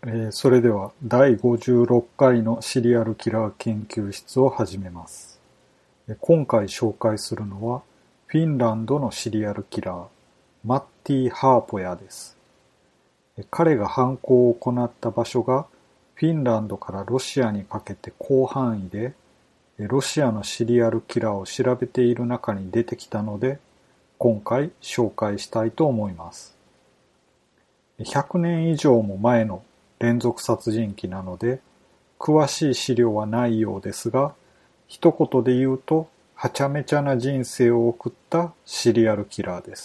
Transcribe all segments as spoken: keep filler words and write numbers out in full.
えーそれではだいごじゅうろっかいのシリアルキラー研究室を始めます。えー今回紹介するのはフィンランドのシリアルキラー、マッティ・ハーポヤです。えー彼が犯行を行った場所がフィンランドからロシアにかけて広範囲で、えーロシアのシリアルキラーを調べている中に出てきたので、今回紹介したいと思います。ひゃくねん以上も前の連続殺人鬼なので、詳しい資料はないようですが、一言で言うと、はちゃめちゃな人生を送ったシリアルキラーです。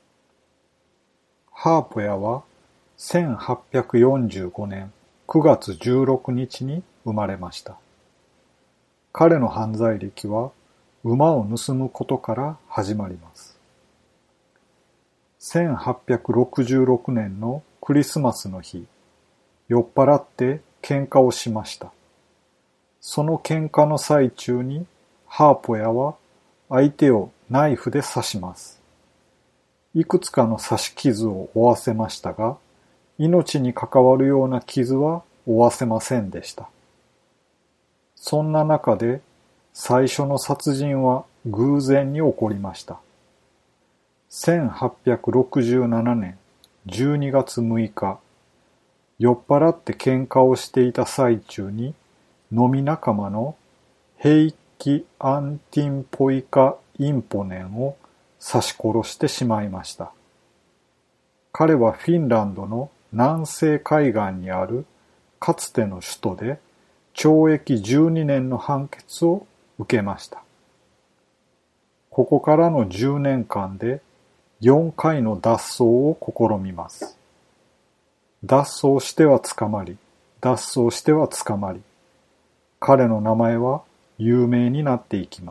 ハーポヤはせんはっぴゃくよんじゅうごねんくがつじゅうろくにちに生まれました。彼の犯罪歴は馬を盗むことから始まります。せんはっぴゃくろくじゅうろくねんのクリスマスの日、酔っ払って喧嘩をしました。その喧嘩の最中にハーポヤは相手をナイフで刺します。いくつかの刺し傷を負わせましたが、命に関わるような傷は負わせませんでした。そんな中で最初の殺人は偶然に起こりました。せんはっぴゃくろくじゅうななねんじゅうにがつむいか、酔っ払って喧嘩をしていた最中に飲み仲間のヘイキ・アンティンポイカ・インポネンを刺し殺してしまいました。彼はフィンランドの南西海岸にあるかつての首都で懲役じゅうにねんの判決を受けました。ここからのじゅうねんかんでよんかいの脱走を試みます。脱走しては捕まり、脱走しては捕まり、彼の名前は有名になっていきます。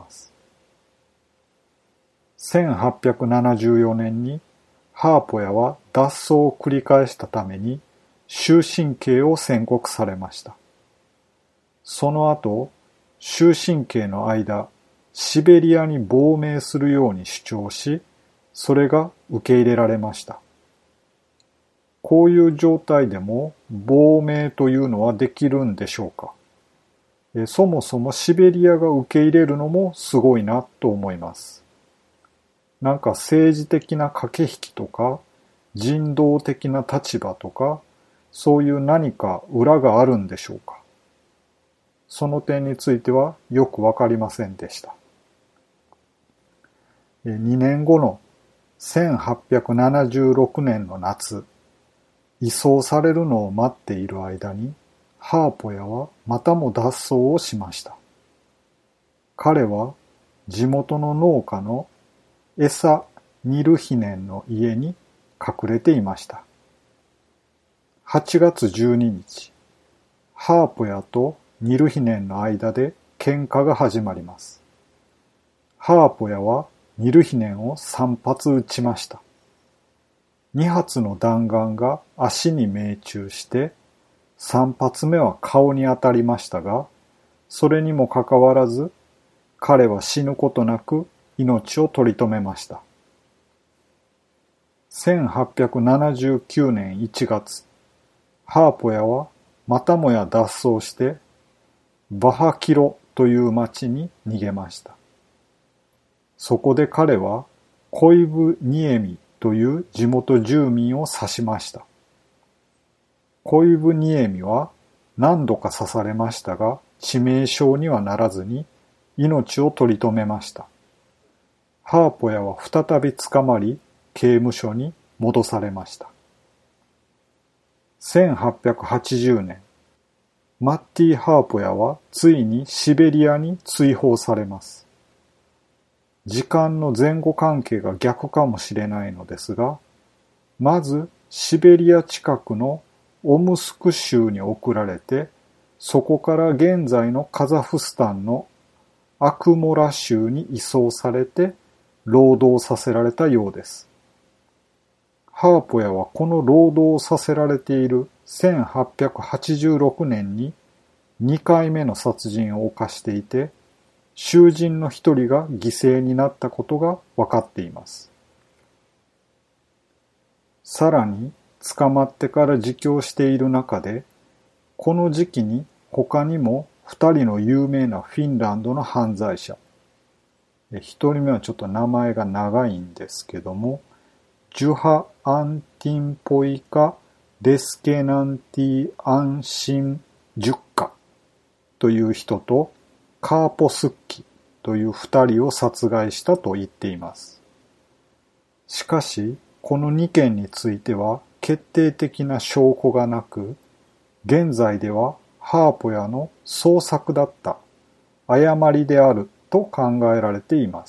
せんはっぴゃくななじゅうよねんにハーポヤは脱走を繰り返したために終身刑を宣告されました。その後、終身刑の間、シベリアに亡命するように主張し、それが受け入れられました。こういう状態でも亡命というのはできるんでしょうか。えそもそもシベリアが受け入れるのもすごいなと思います。なんか政治的な駆け引きとか人道的な立場とかそういう何か裏があるんでしょうか。その点についてはよくわかりませんでした。にねんごのせんはっぴゃくななじゅうろくねんの夏、移送されるのを待っている間に、ハーポヤはまたも脱走をしました。彼は地元の農家のエサ・ニルヒネンの家に隠れていました。はちがつじゅうににち、ハーポヤとニルヒネンの間で喧嘩が始まります。ハーポヤはニルヒネンをさんぱつ撃ちました。にはつの弾丸が足に命中して、さんぱつめは顔に当たりましたが、それにもかかわらず、彼は死ぬことなく命を取り留めました。せんはっぴゃくななじゅうきゅうねんいちがつ、ハーポヤはまたもや脱走して、バハキロという町に逃げました。そこで彼はコイブニエミという地元住民を刺しました。コイブニエミは何度か刺されましたが致命傷にはならずに命を取り留めました。ハーポヤは再び捕まり刑務所に戻されました。せんはっぴゃくはちじゅうねん、マッティ・ハーポヤはついにシベリアに追放されます。時間の前後関係が逆かもしれないのですが、まずシベリア近くのオムスク州に送られて、そこから現在のカザフスタンのアクモラ州に移送されて労働させられたようです。ハーポヤはこの労働をさせられているせんはっぴゃくはちじゅうろくねんににかいめの殺人を犯していて、囚人の一人が犠牲になったことが分かっています。さらに、 捕まってから自供している中で、この時期に他にも二人の有名なフィンランドの犯罪者、一人目はちょっと名前が長いんですけども、ジュハ・アンティンポイカ・レスケナンティ・アンシン・ジュッカという人とカーポスッキという二人を殺害したと言っています。しかし、このにけんについては決定的な証拠がなく、現在ではハーポヤの創作だった誤りであると考えられています。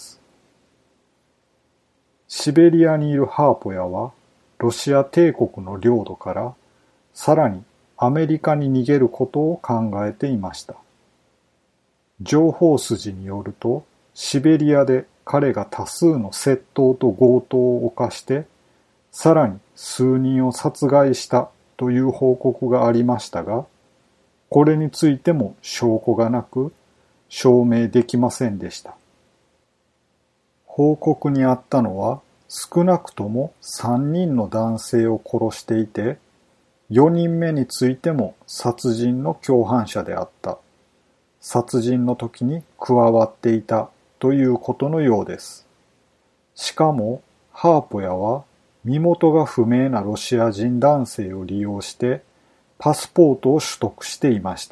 シベリアにいるハーポヤはロシア帝国の領土からさらにアメリカに逃げることを考えていました。情報筋によると、シベリアで彼が多数の窃盗と強盗を犯して、さらに数人を殺害したという報告がありましたが、これについても証拠がなく、証明できませんでした。報告にあったのは、少なくともさんにんの男性を殺していて、よにんめについても殺人の共犯者であった。殺人の時に加わっていたということのようです。しかも、ハーポヤは身元が不明なロシア人男性を利用してパスポートを取得していました。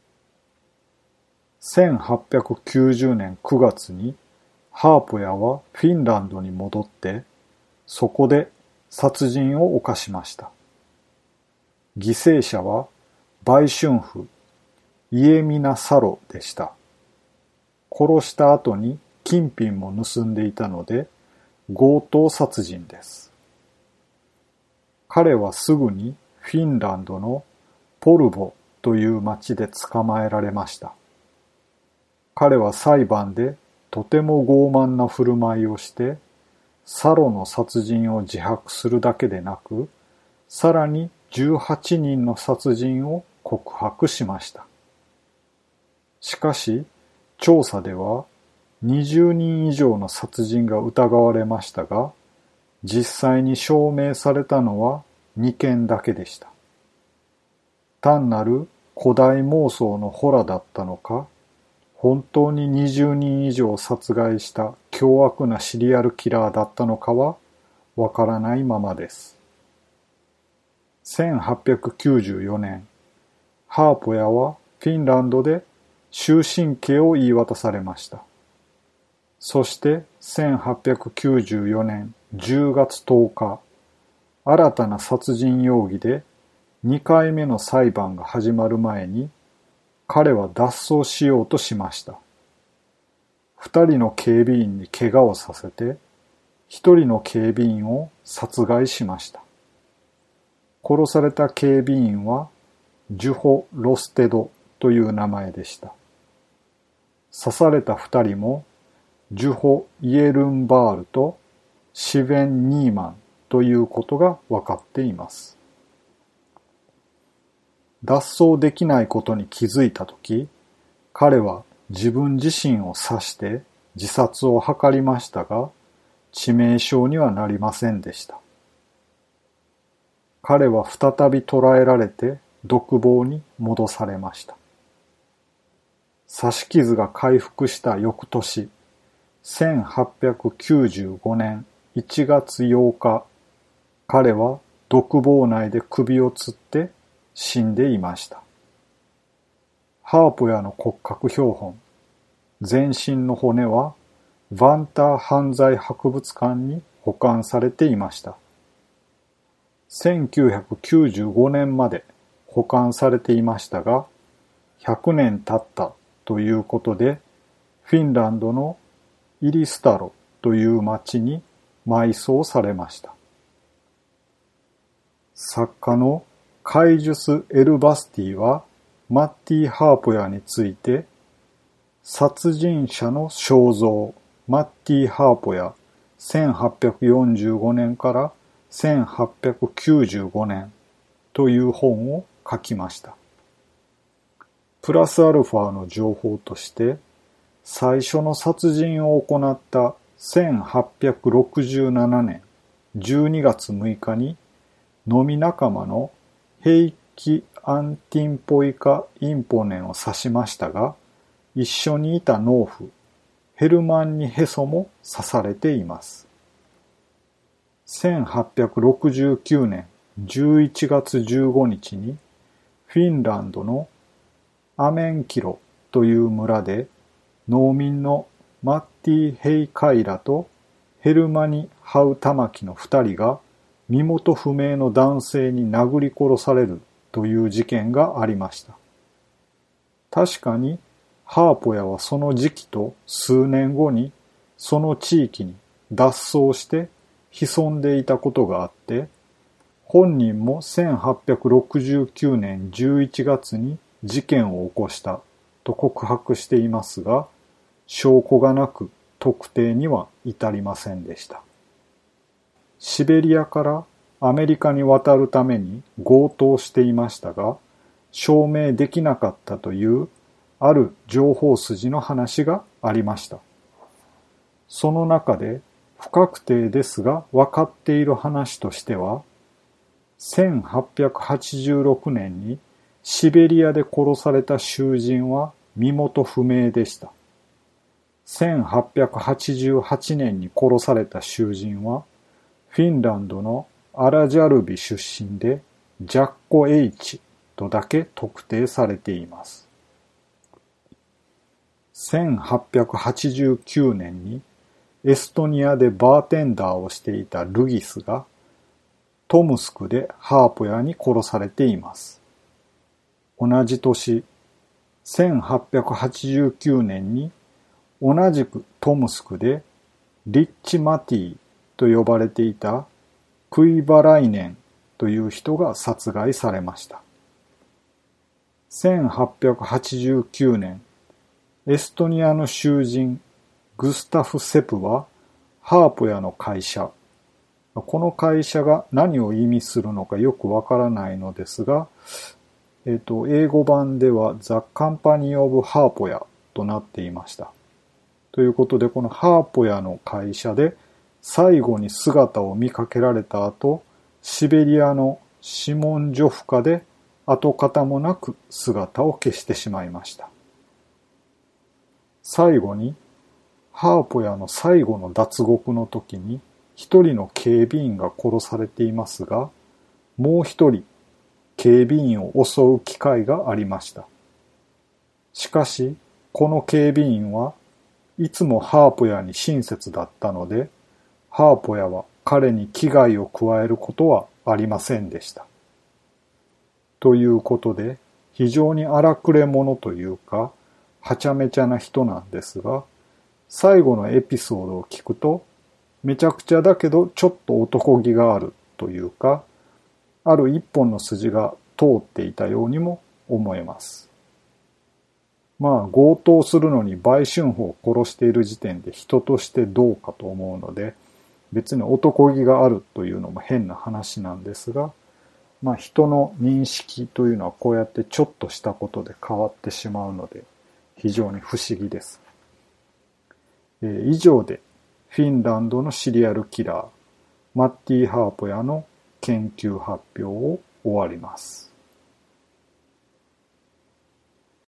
せんはっぴゃくきゅうじゅうねんくがつにハーポヤはフィンランドに戻って、そこで殺人を犯しました。犠牲者は売春婦イエミナ・サロでした。殺した後に金品も盗んでいたので強盗殺人です。彼はすぐにフィンランドのポルボという町で捕まえられました。彼は裁判でとても傲慢な振る舞いをして、サロの殺人を自白するだけでなく、さらにじゅうはちにんの殺人を告白しました。しかし、調査ではにじゅうにん以上の殺人が疑われましたが、実際に証明されたのはにけんだけでした。単なる古代妄想のホラだったのか、本当ににじゅうにん以上殺害した凶悪なシリアルキラーだったのかはわからないままです。せんはっぴゃくきゅうじゅうよねん、ハーポヤはフィンランドで終身刑を言い渡されました。そしてせんはっぴゃくきゅうじゅうよねんじゅうがつとおか、新たな殺人容疑でにかいめの裁判が始まる前に、彼は脱走しようとしました。二人の警備員に怪我をさせて、一人の警備員を殺害しました。殺された警備員はジュホ・ロステドという名前でした。刺された二人もジュホ・イエルンバールとシヴェン・ニーマンということが分かっています。脱走できないことに気づいたとき、彼は自分自身を刺して自殺を図りましたが、致命傷にはなりませんでした。彼は再び捕らえられて独房に戻されました。刺し傷が回復した翌年、せんはっぴゃくきゅうじゅうごねんいちがつようか、彼は独房内で首を吊って死んでいました。ハーポヤの骨格標本、全身の骨はヴァンター犯罪博物館に保管されていました。せんきゅうひゃくきゅうじゅうごねんまで保管されていましたが、ひゃくねん経ったということで、フィンランドのイリスタロという町に埋葬されました。作家のカイジュス・エルバスティはマッティ・ハーポヤについて、殺人者の肖像マッティ・ハーポヤせんはっぴゃくよんじゅうごねんからせんはっぴゃくきゅうじゅうごねんという本を書きました。プラスアルファの情報として、最初の殺人を行ったせんはっぴゃくろくじゅうななねんじゅうにがつむいかに飲み仲間のヘイキ・アンティンポイカ・インポネンを刺しましたが、一緒にいた農夫、ヘルマンニ・ヘソも刺されています。せんはっぴゃくろくじゅうきゅうねんじゅういちがつじゅうごにちにフィンランドのアメンキロという村で農民のマッティ・ヘイカイラとヘルマニ・ハウタマキの二人が身元不明の男性に殴り殺されるという事件がありました。確かにハーポヤはその時期と数年後にその地域に脱走して潜んでいたことがあって、本人もせんはっぴゃくろくじゅうきゅうねんじゅういちがつに事件を起こしたと告白していますが、証拠がなく特定には至りませんでした。シベリアからアメリカに渡るために強盗していましたが、証明できなかったというある情報筋の話がありました。その中で不確定ですが分かっている話としては、せんはっぴゃくはちじゅうろくねんにシベリアで殺された囚人は身元不明でした。せんはっぴゃくはちじゅうはちねんに殺された囚人はフィンランドのアラジャルビ出身でジャッコ・エイチとだけ特定されています。せんはっぴゃくはちじゅうきゅうねんにエストニアでバーテンダーをしていたルギスがトムスクでハーポヤに殺されています。同じ年、せんはっぴゃくはちじゅうきゅうねんに同じくトムスクでリッチ・マティと呼ばれていたクイバライネンという人が殺害されました。せんはっぴゃくはちじゅうきゅうねん、エストニアの囚人グスタフ・セプはハーポヤの会社、この会社が何を意味するのかよくわからないのですが、えっと、英語版では The Company of ハーポヤとなっていました。ということで、このハーポヤの会社で最後に姿を見かけられた後、シベリアのシモンジョフカで跡形もなく姿を消してしまいました。最後に、ハーポヤの最後の脱獄の時に一人の警備員が殺されていますが、もう一人警備員を襲う機会がありました。しかし、この警備員はいつもハーポヤに親切だったので、ハーポヤは彼に危害を加えることはありませんでした。ということで、非常に荒くれ者というか、はちゃめちゃな人なんですが、最後のエピソードを聞くと、めちゃくちゃだけどちょっと男気があるというか、ある一本の筋が通っていたようにも思えます。まあ強盗するのに売春婦を殺している時点で人としてどうかと思うので、別に男気があるというのも変な話なんですが、まあ人の認識というのはこうやってちょっとしたことで変わってしまうので、非常に不思議です。えー、以上でフィンランドのシリアルキラー、マッティ・ハーポヤの研究発表を終わります。